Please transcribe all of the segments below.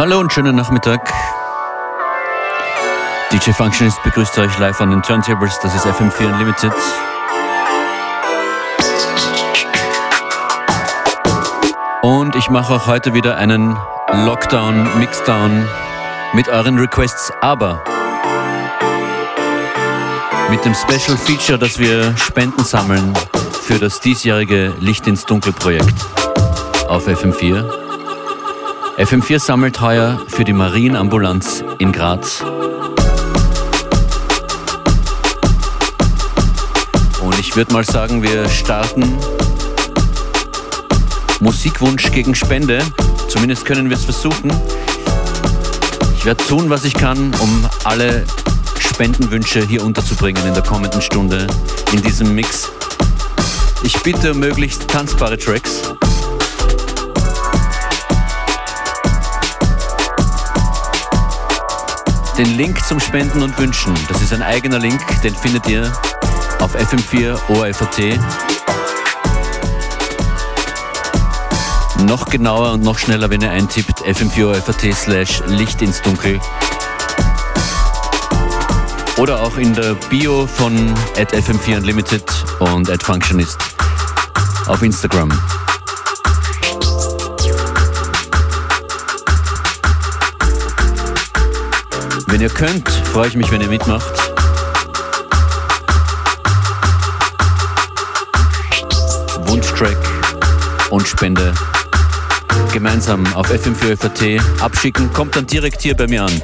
Hallo und schönen Nachmittag. DJ Functionist begrüßt euch live an den Turntables. Das ist FM4 Unlimited. Und ich mache auch heute wieder einen Lockdown, Mixdown mit euren Requests, aber mit dem Special Feature, dass wir Spenden sammeln für das diesjährige Licht ins Dunkel Projekt auf FM4. FM4 sammelt heuer für die Marienambulanz in Graz. Und ich würde mal sagen, wir starten Musikwunsch gegen Spende. Zumindest können wir es versuchen. Ich werde tun, was ich kann, um alle Spendenwünsche hier unterzubringen in der kommenden Stunde in diesem Mix. Ich bitte um möglichst tanzbare Tracks. Den Link zum Spenden und Wünschen, das ist ein eigener Link, den findet ihr auf FM4 ORF.at. Noch genauer und noch schneller, wenn ihr eintippt, FM4 ORF.at/Licht ins Dunkel. Oder auch in der Bio von @FM4 Unlimited und @Functionist auf Instagram. Wenn ihr könnt, freue ich mich, wenn ihr mitmacht. Wunschtrack und Spende gemeinsam auf FM4 ORF.at abschicken, kommt dann direkt hier bei mir an.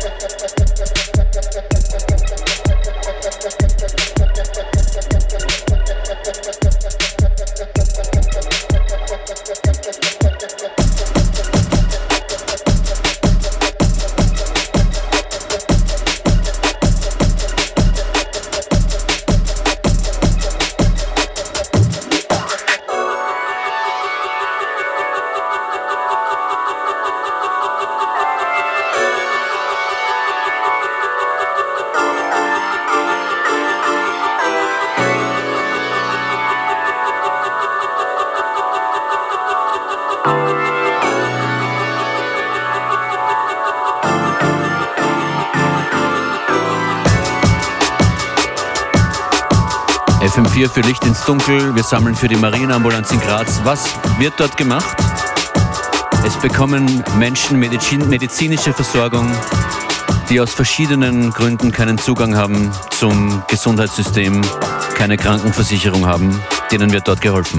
FM4 für Licht ins Dunkel. Wir sammeln für die Marienambulanz in Graz. Was wird dort gemacht? Es bekommen Menschen medizinische Versorgung, die aus verschiedenen Gründen keinen Zugang haben zum Gesundheitssystem, keine Krankenversicherung haben. Denen wird dort geholfen.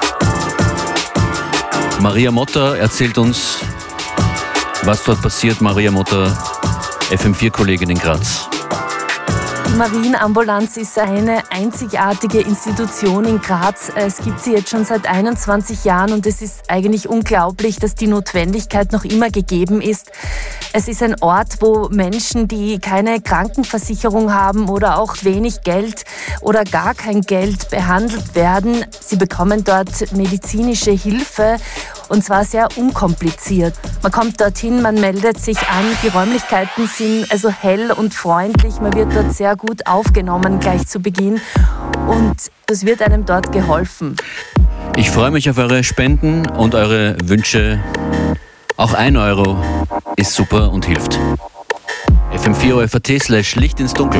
Maria Motter erzählt uns, was dort passiert. Maria Motter, FM4-Kollegin in Graz. Die Marienambulanz ist eine einzigartige Institution in Graz. Es gibt sie jetzt schon seit 21 Jahren und es ist eigentlich unglaublich, dass die Notwendigkeit noch immer gegeben ist. Es ist ein Ort, wo Menschen, die keine Krankenversicherung haben oder auch wenig Geld oder gar kein Geld behandelt werden. Sie bekommen dort medizinische Hilfe. Und zwar sehr unkompliziert. Man kommt dorthin, man meldet sich an, die Räumlichkeiten sind also hell und freundlich, man wird dort sehr gut aufgenommen gleich zu Beginn und es wird einem dort geholfen. Ich freue mich auf eure Spenden und eure Wünsche. Auch 1 Euro ist super und hilft. FM4 ORF.at/Licht ins Dunkel.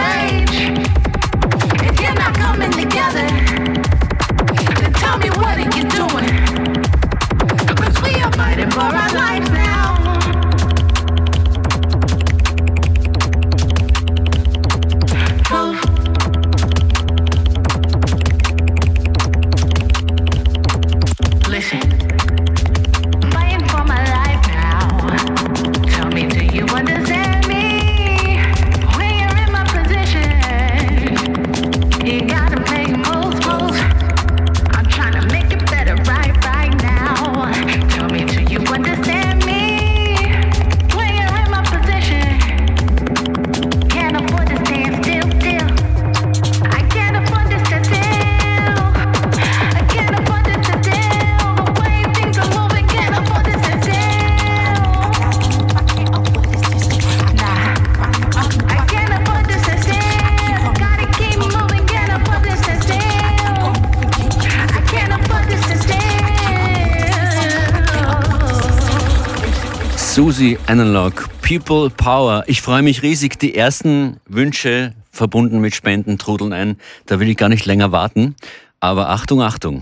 Susie Analog, People Power. Ich freue mich riesig. Die ersten Wünsche verbunden mit Spenden trudeln ein. Da will ich gar nicht länger warten. Aber Achtung, Achtung.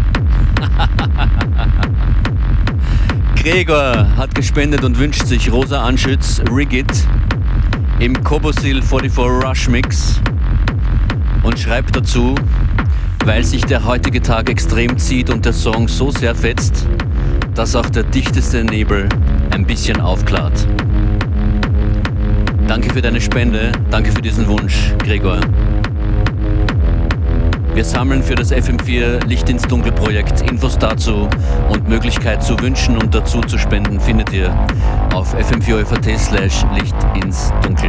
Gregor hat gespendet und wünscht sich Rosa Anschütz, Rig It im Kobosil 44 Rush Mix und schreibt dazu, weil sich der heutige Tag extrem zieht und der Song so sehr fetzt, dass auch der dichteste Nebel ein bisschen aufklart. Danke für deine Spende, danke für diesen Wunsch, Gregor. Wir sammeln für das FM4 Licht ins Dunkel Projekt. Infos dazu und Möglichkeit zu wünschen und dazu zu spenden findet ihr auf fm4.at/Licht ins Dunkel.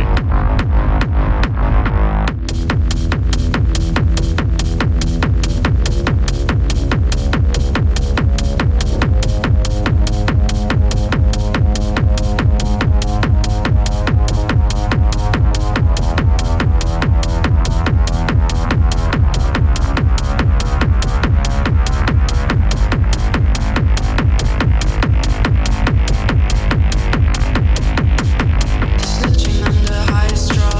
Under high strung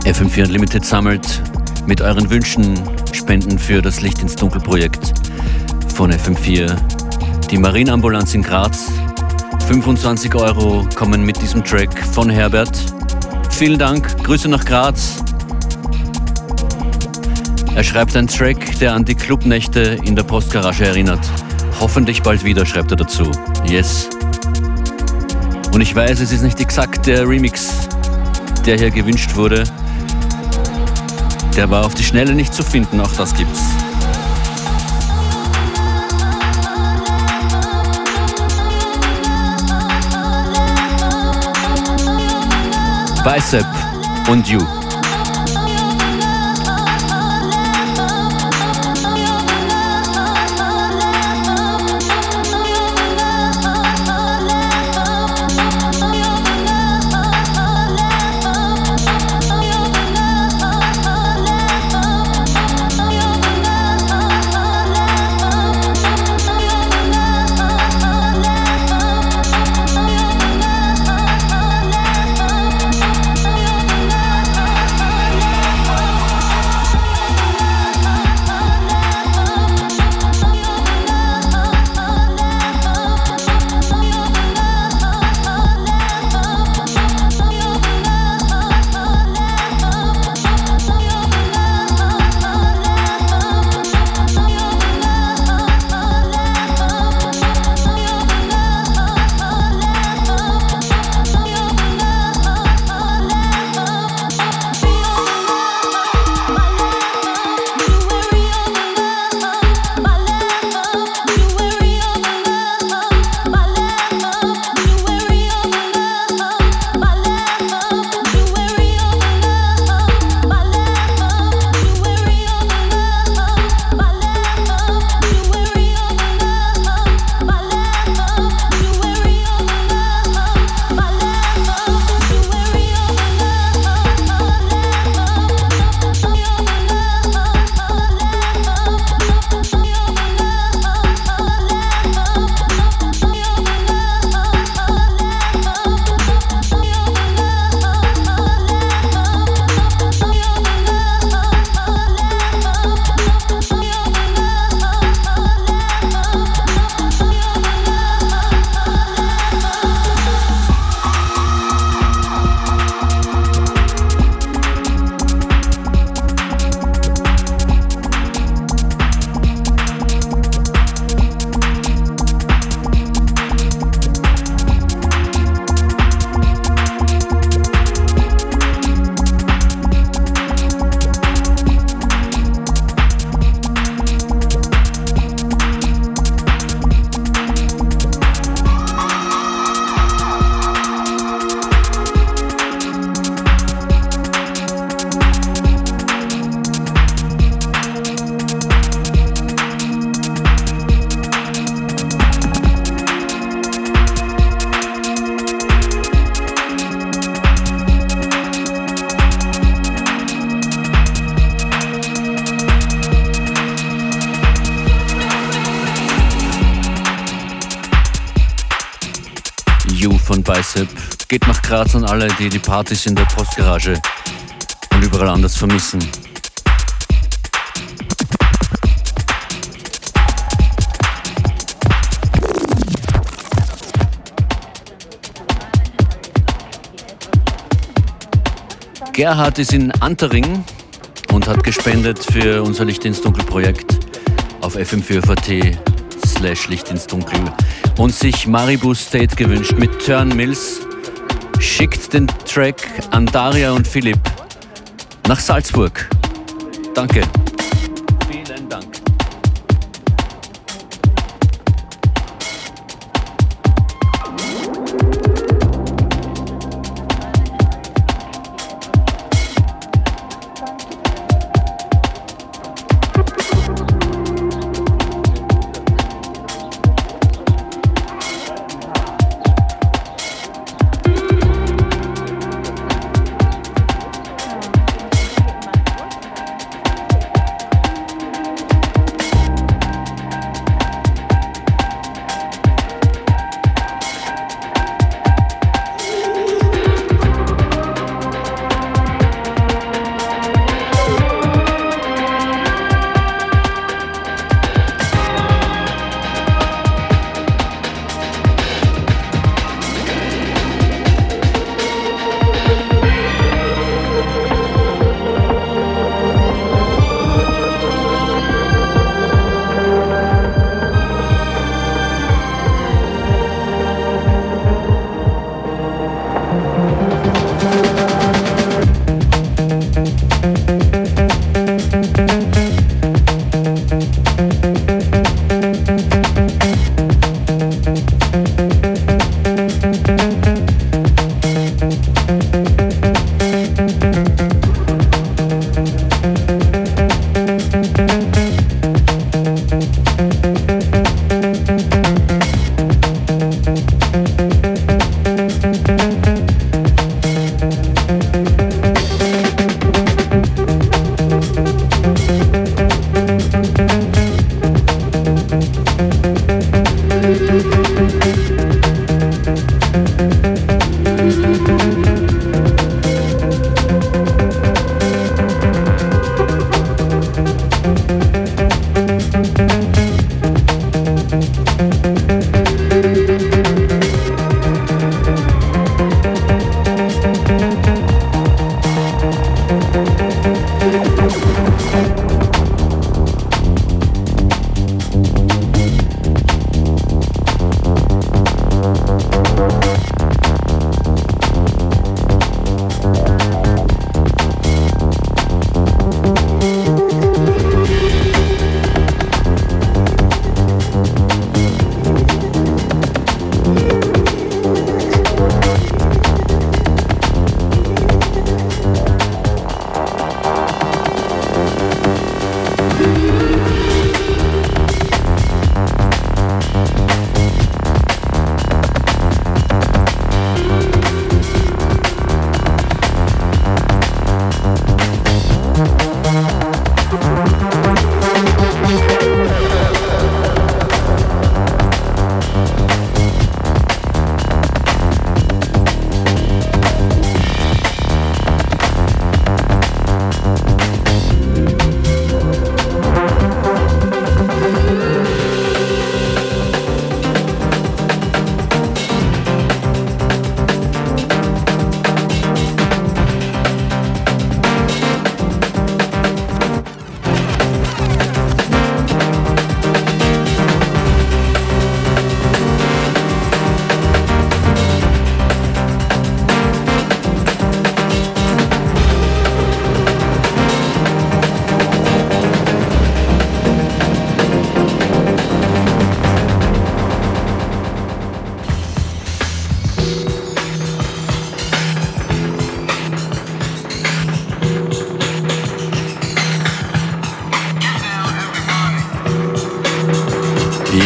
FM4 Unlimited sammelt mit euren Wünschen Spenden für das Licht ins Dunkel Projekt von FM4. Die Marienambulanz in Graz. 25 € kommen mit diesem Track von Herbert. Vielen Dank, Grüße nach Graz. Er schreibt einen Track, der an die Clubnächte in der Postgarage erinnert. Hoffentlich bald wieder, schreibt er dazu. Yes. Und ich weiß, es ist nicht exakt der Remix, der hier gewünscht wurde. Der war auf die Schnelle nicht zu finden, auch das gibt's. Bicep und You. Von Bicep geht nach Graz an alle, die die Partys in der Postgarage und überall anders vermissen. Gerhard ist in Antering und hat gespendet für unser Licht ins Dunkel Projekt auf fm4.at/Licht ins Dunkel und sich Maribu State gewünscht mit Turn Mills. Schickt den Track an Daria und Philipp nach Salzburg. Danke. Vielen Dank.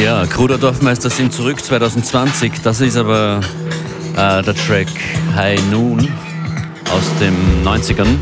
Ja, Kruder Dorfmeister sind zurück 2020. Das ist aber der Track High Noon aus den 90ern.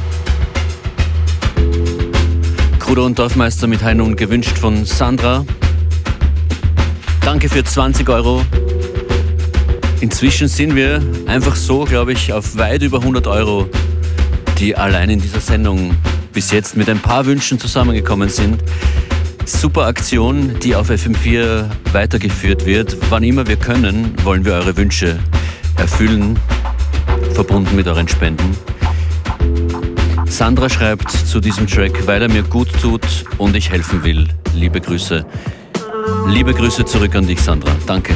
Kruder und Dorfmeister mit High Noon gewünscht von Sandra. Danke für 20 €. Inzwischen sind wir einfach so, glaube ich, auf weit über 100 €, die allein in dieser Sendung bis jetzt mit ein paar Wünschen zusammengekommen sind. Super Aktion, die auf FM4 weitergeführt wird. Wann immer wir können, wollen wir eure Wünsche erfüllen, verbunden mit euren Spenden. Sandra schreibt zu diesem Track, weil er mir gut tut und ich helfen will. Liebe Grüße. Liebe Grüße zurück an dich, Sandra. Danke.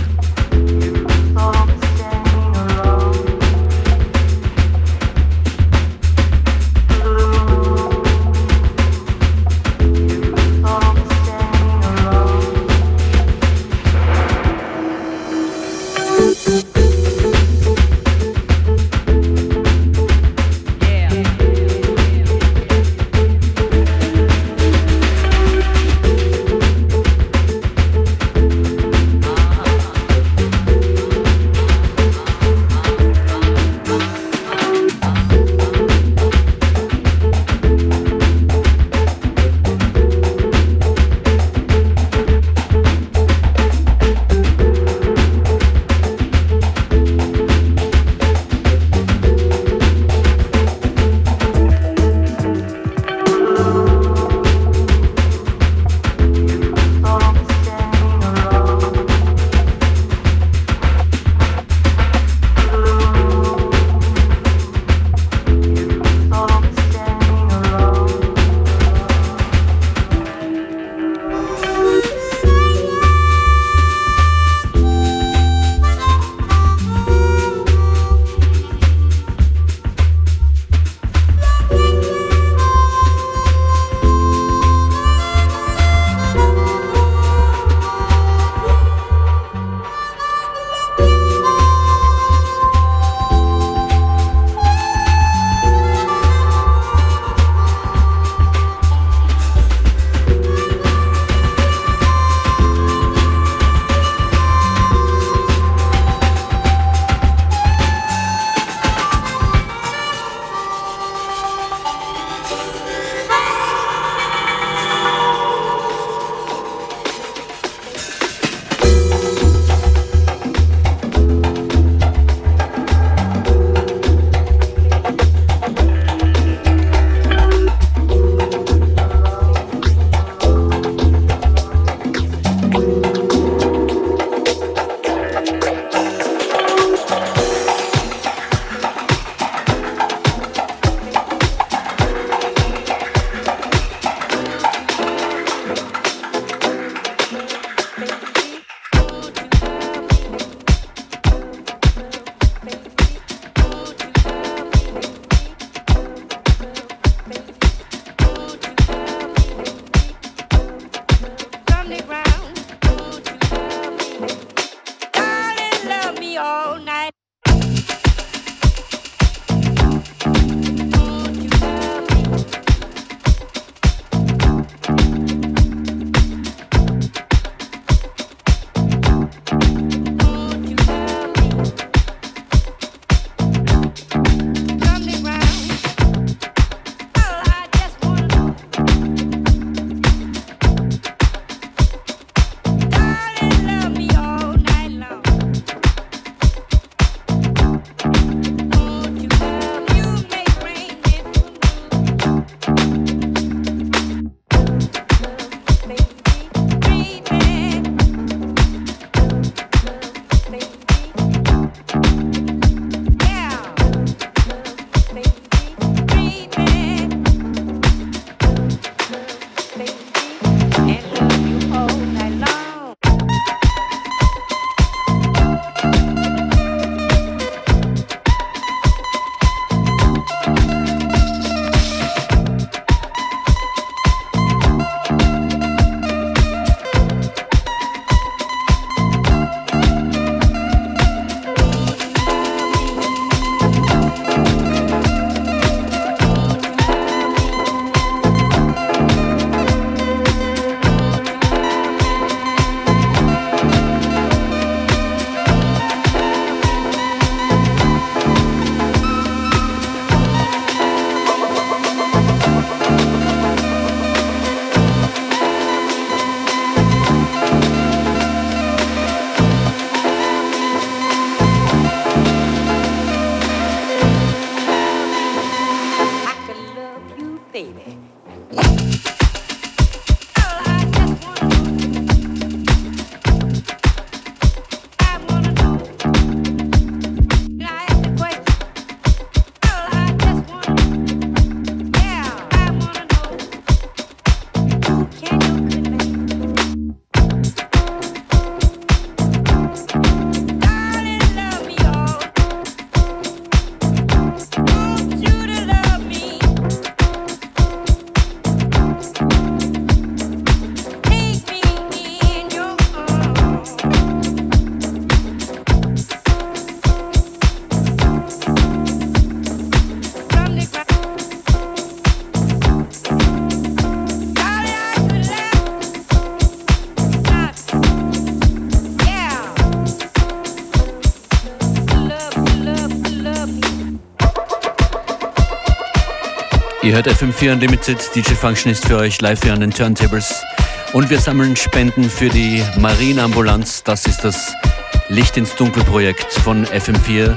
Ihr hört FM4 Unlimited, DJ Function ist für euch live hier an den Turntables und wir sammeln Spenden für die Marienambulanz. Das ist das Licht ins Dunkel Projekt von FM4.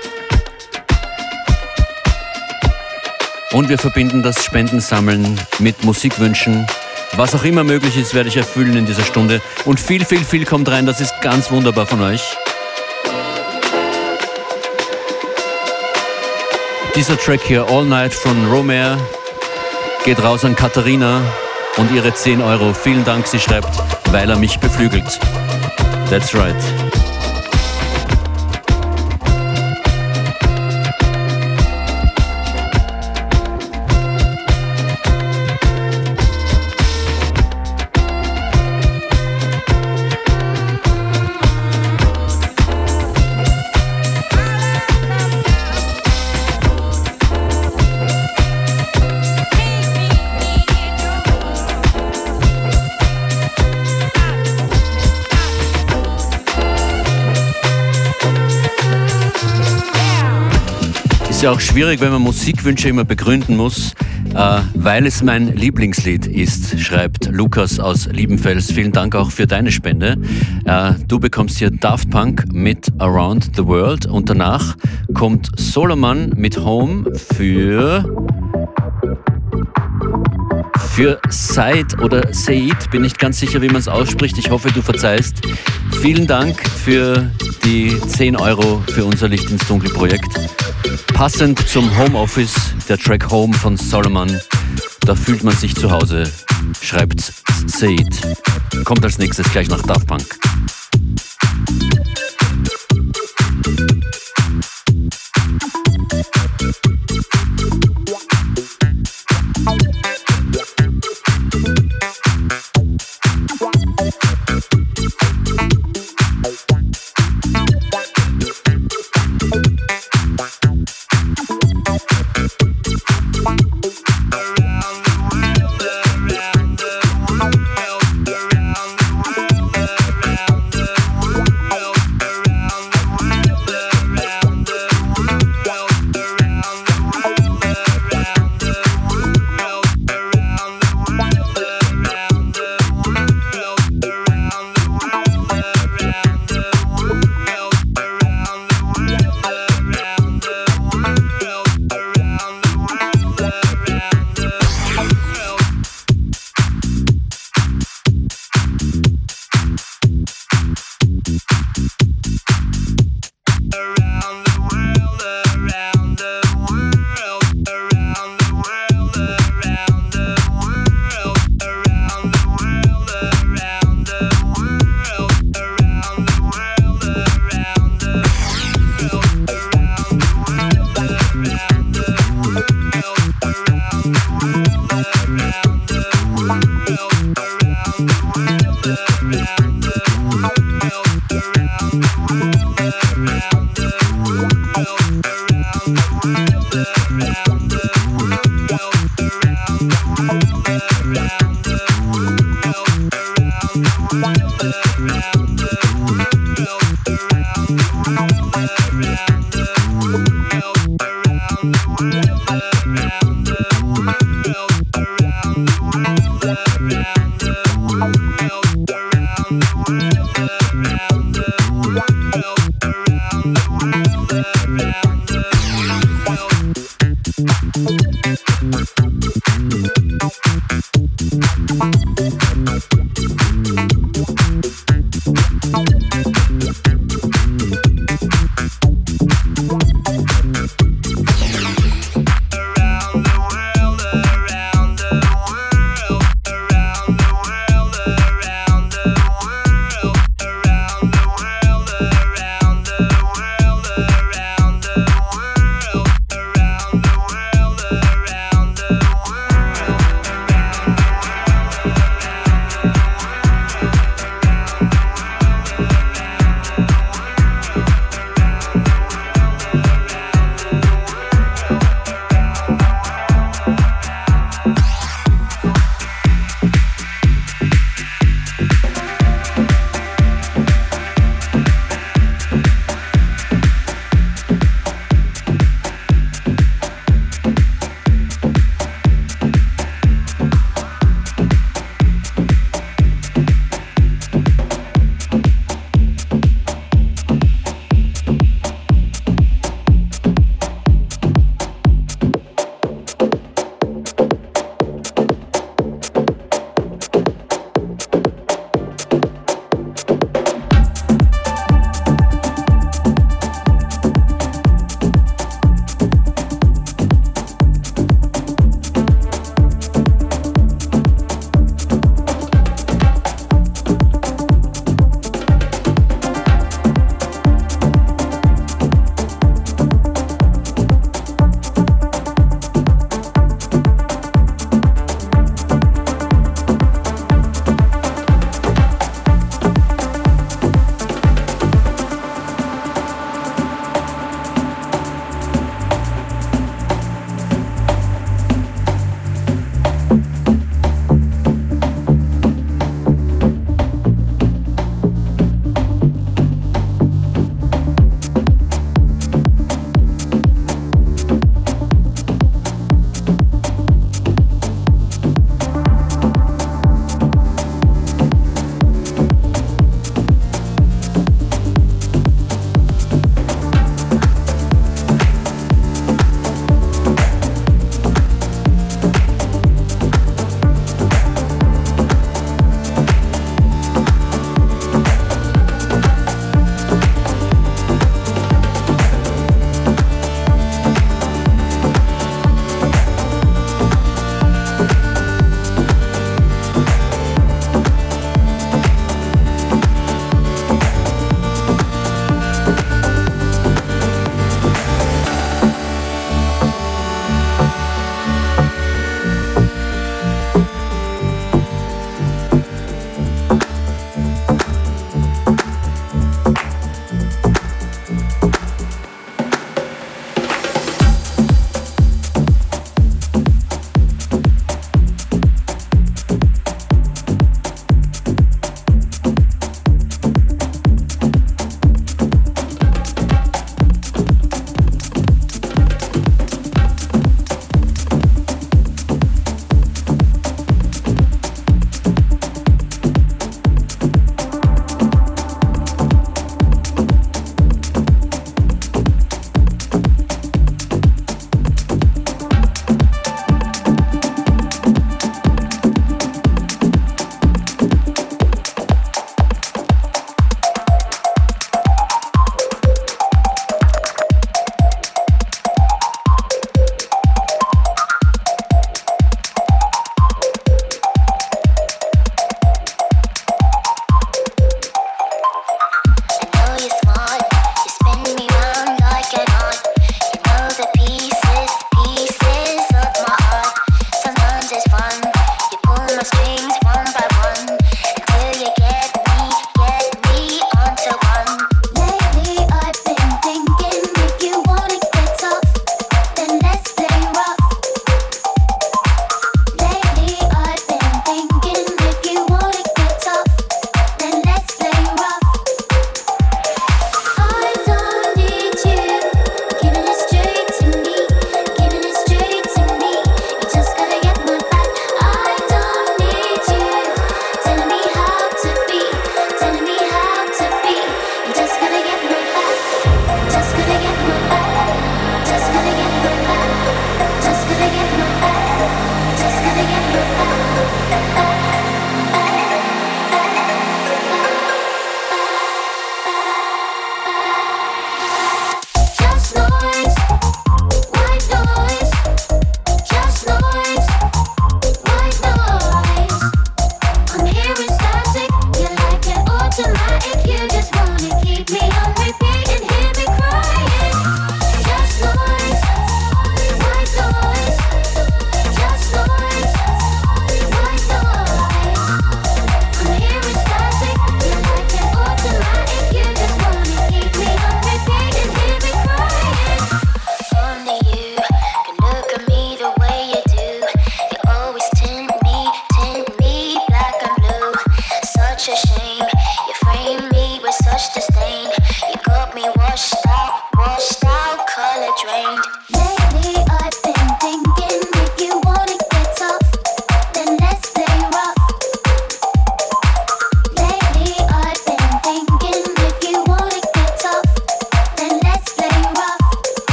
Und wir verbinden das Spendensammeln mit Musikwünschen. Was auch immer möglich ist, werde ich erfüllen in dieser Stunde. Und viel kommt rein, das ist ganz wunderbar von euch. Dieser Track hier, All Night von Romare, geht raus an Katharina und ihre 10 Euro. Vielen Dank, sie schreibt, weil er mich beflügelt. That's right. Ist ja auch schwierig, wenn man Musikwünsche immer begründen muss, weil es mein Lieblingslied ist, schreibt Lukas aus Liebenfels. Vielen Dank auch für deine Spende. Du bekommst hier Daft Punk mit Around the World und danach kommt Solomon mit Home für Said oder Said, bin nicht ganz sicher, wie man es ausspricht. Ich hoffe, du verzeihst. Vielen Dank für die 10 Euro für unser Licht ins Dunkel Projekt. Passend zum Homeoffice, der Track Home von Solomon. Da fühlt man sich zu Hause, schreibt Said. Kommt als nächstes gleich nach Daft Punk. Around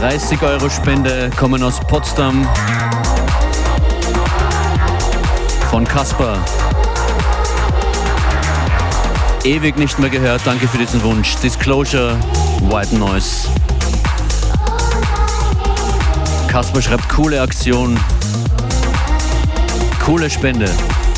30 € Spende kommen aus Potsdam von Kaspar. Ewig nicht mehr gehört, danke für diesen Wunsch. Disclosure, White Noise. Kaspar schreibt, coole Aktion, coole Spende.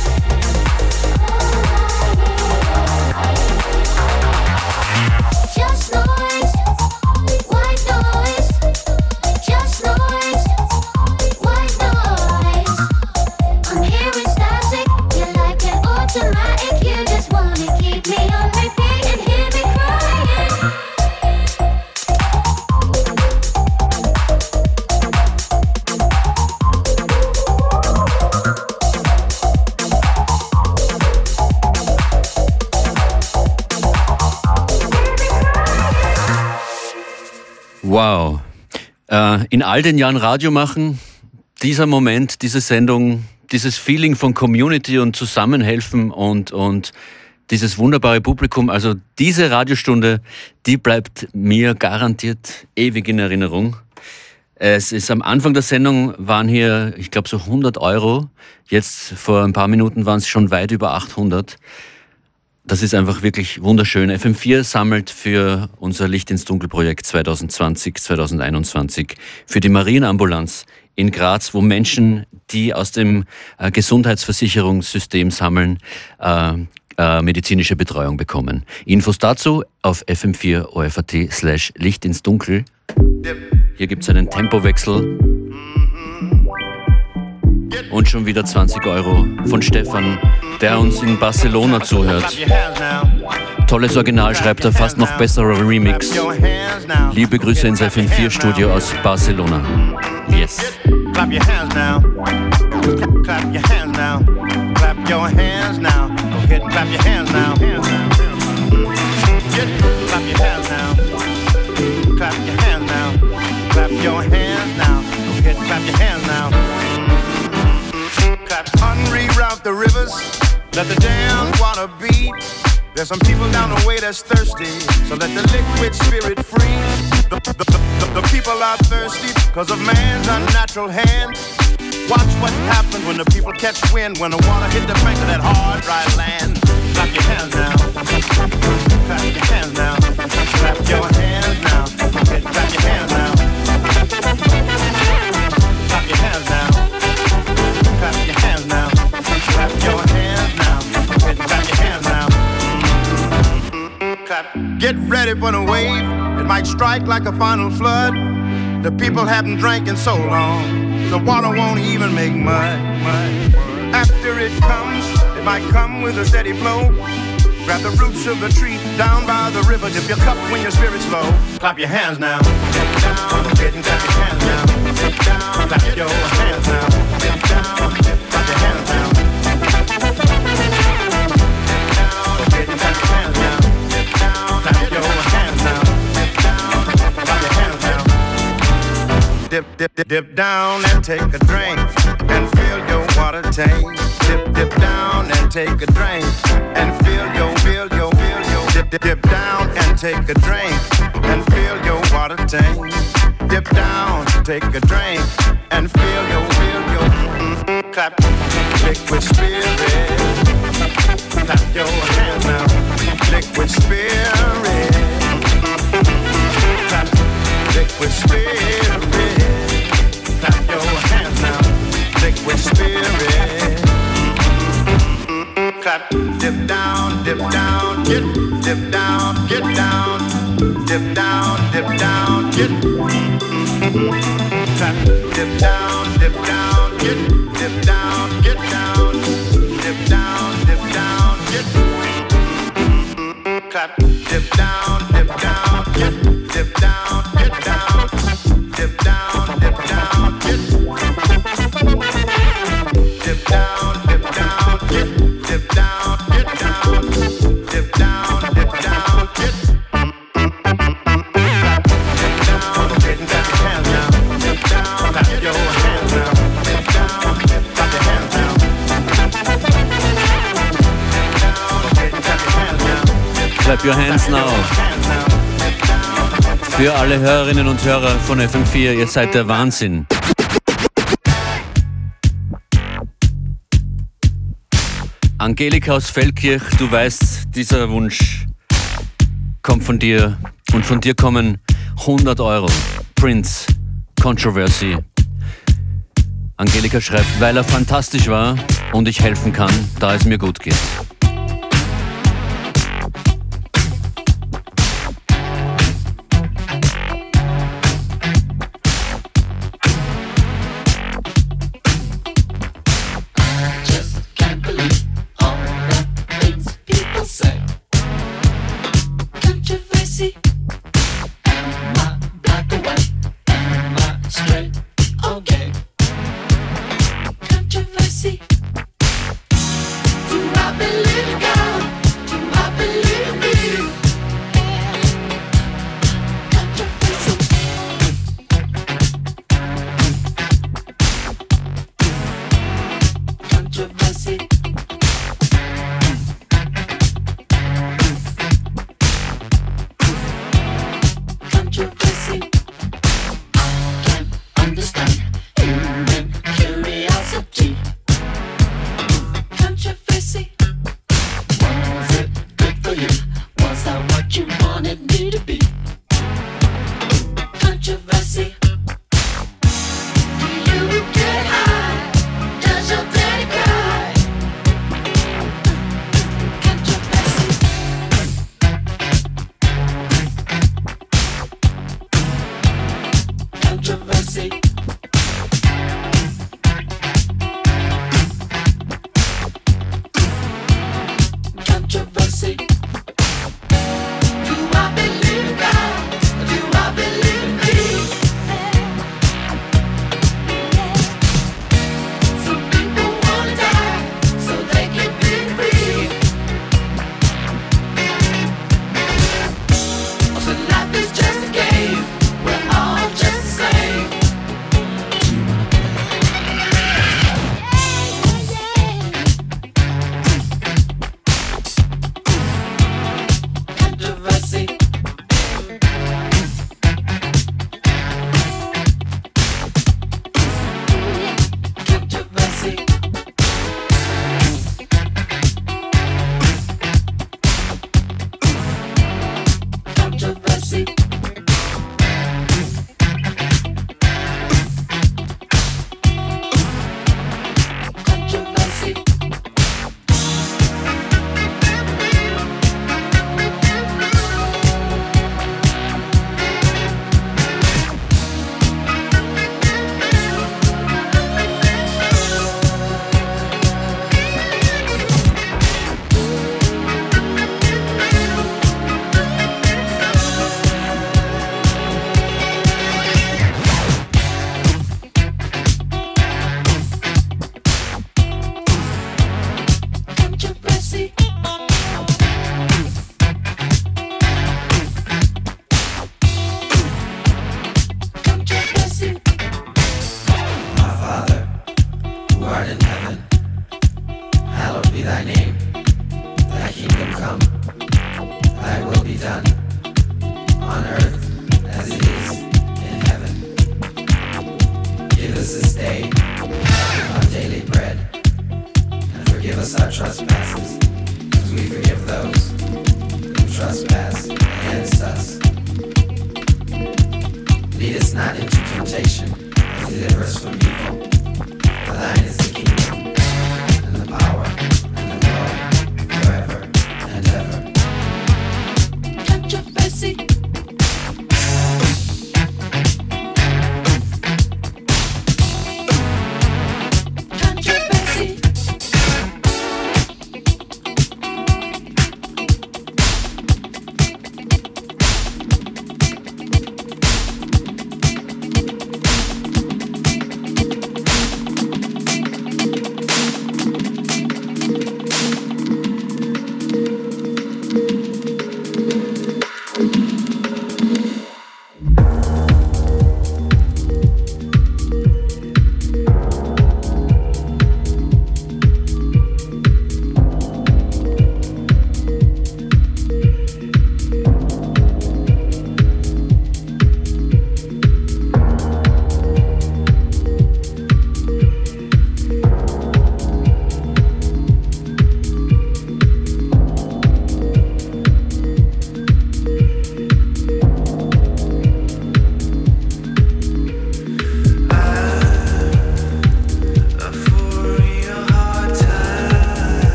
Wow. In all den Jahren Radio machen, dieser Moment, diese Sendung, dieses Feeling von Community und Zusammenhelfen und dieses wunderbare Publikum, also diese Radiostunde, die bleibt mir garantiert ewig in Erinnerung. Es ist am Anfang der Sendung waren hier, ich glaube, so 100 €. Jetzt vor ein paar Minuten waren es schon weit über 800. Das ist einfach wirklich wunderschön. FM4 sammelt für unser Licht ins Dunkel Projekt 2020, 2021 für die Marienambulanz in Graz, wo Menschen, die aus dem Gesundheitsversicherungssystem sammeln, medizinische Betreuung bekommen. Infos dazu auf fm4 ORF.at/Licht ins Dunkel. Hier gibt es einen Tempowechsel. Und schon wieder 20 € von Stefan, der uns in Barcelona zuhört. Tolles Original, schreibt er, fast noch besserer Remix. Liebe Grüße ins FM4-Studio aus Barcelona. Yes. Clap your hands now. Clap your hands now. Clap your hands now. Go ahead and clap your hands now. Clap your hands now. Clap your hands now. Clap your hands now. Go ahead and clap your hands now. Unreroute the rivers, let the damned water beat. There's some people down the way that's thirsty, so let the liquid spirit free. The people are thirsty because of man's unnatural hand. Watch what happens when the people catch wind, when the water hit the bank of that hard, dry land. Clap your hands now. Clap your hands now. Clap your hands now. Clap your hands now. Clap your hands now. Clap your hands now. Clap your hands now. Clap your hands now. Clap. Get ready for the wave. It might strike like a final flood. The people haven't drank in so long, the water won't even make mud. After it comes, it might come with a steady flow. Grab the roots of the tree down by the river. Dip your cup when your spirit's low. Clap your hands now. Get down, get and clap your hands now. Get down, clap your hands now. Get down, clap your hands now. Get down, get and clap your hands now. Get down, clap your hands now. Get down, clap your hands now. Dip, dip, dip, dip down and take a drink and fill your water tank. Dip, dip down and take a drink and fill your. Dip, dip, dip down and take a drink and fill your water tank. Dip down, take a drink and fill your. Clap, liquid spirit. Clap your hands now. Liquid spirit. Clap, liquid spirit. Clap your hands now. Liquid spirit. Clap, dip down, get dip down, dip down, get dip down, get clap, dip down, get dip down, dip down, get clap, dip down, get dip down, get down, dip down, get dip down, get dip down, get dip down, get dip down, get Clap your hands now. Für alle Hörerinnen und Hörer von FM4, ihr seid der Wahnsinn. Angelika aus Feldkirch, du weißt, dieser Wunsch kommt von dir und von dir kommen 100 Euro. Prince, Controversy. Angelika schreibt, weil er fantastisch war und ich helfen kann, da es mir gut geht.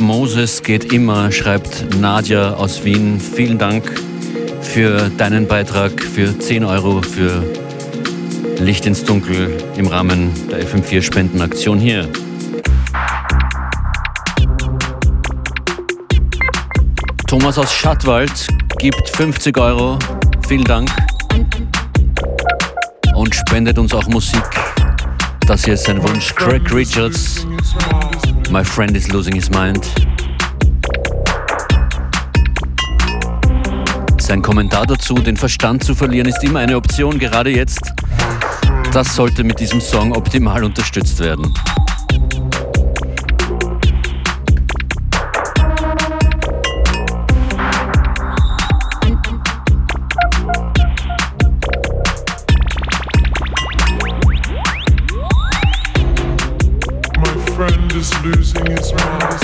Moses geht immer, schreibt Nadja aus Wien. Vielen Dank für deinen Beitrag, für 10 Euro für Licht ins Dunkel im Rahmen der FM4 Spendenaktion hier. Thomas aus Schattwald gibt 50 Euro. Vielen Dank. Und spendet uns auch Musik. Das hier ist sein Wunsch. Craig Richards, My Friend is Losing His Mind. Sein Kommentar dazu, den Verstand zu verlieren, ist immer eine Option, gerade jetzt. Das sollte mit diesem Song optimal unterstützt werden. Losing his mind.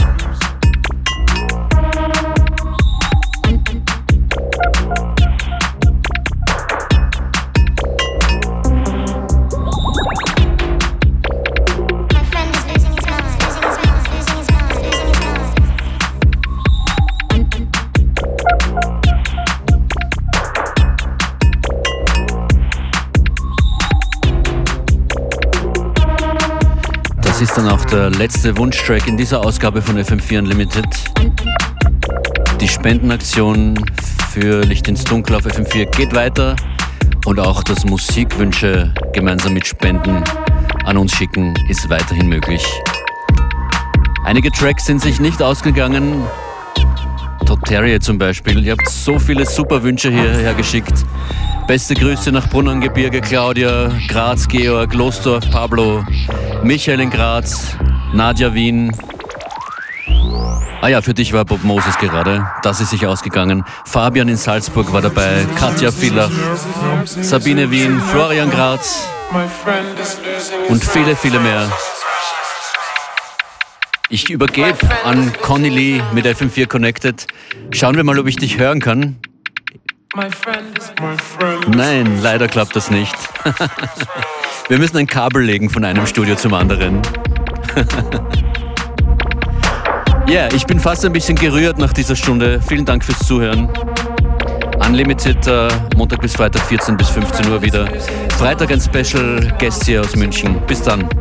Das ist dann auch der letzte Wunschtrack in dieser Ausgabe von FM4 Unlimited. Die Spendenaktion für Licht ins Dunkel auf FM4 geht weiter und auch das Musikwünsche gemeinsam mit Spenden an uns schicken ist weiterhin möglich. Einige Tracks sind sich nicht ausgegangen. Todd Terje zum Beispiel. Ihr habt so viele super Wünsche hierher geschickt. Beste Grüße nach Brunnengebirge, Claudia, Graz, Georg, Losdorf, Pablo, Michael in Graz, Nadja Wien. Ah ja, für dich war Bob Moses gerade. Das ist sich ausgegangen. Fabian in Salzburg war dabei, Katja Villach, Sabine Wien, Florian Graz und viele, viele mehr. Ich übergebe an Conny Lee mit FM4 Connected. Schauen wir mal, ob ich dich hören kann. Nein, leider klappt das nicht. Wir müssen ein Kabel legen von einem Studio zum anderen. Ja, ich bin fast ein bisschen gerührt nach dieser Stunde. Vielen Dank fürs Zuhören. Unlimited, Montag bis Freitag 14 bis 15 Uhr wieder. Freitag ein Special Guest hier aus München. Bis dann.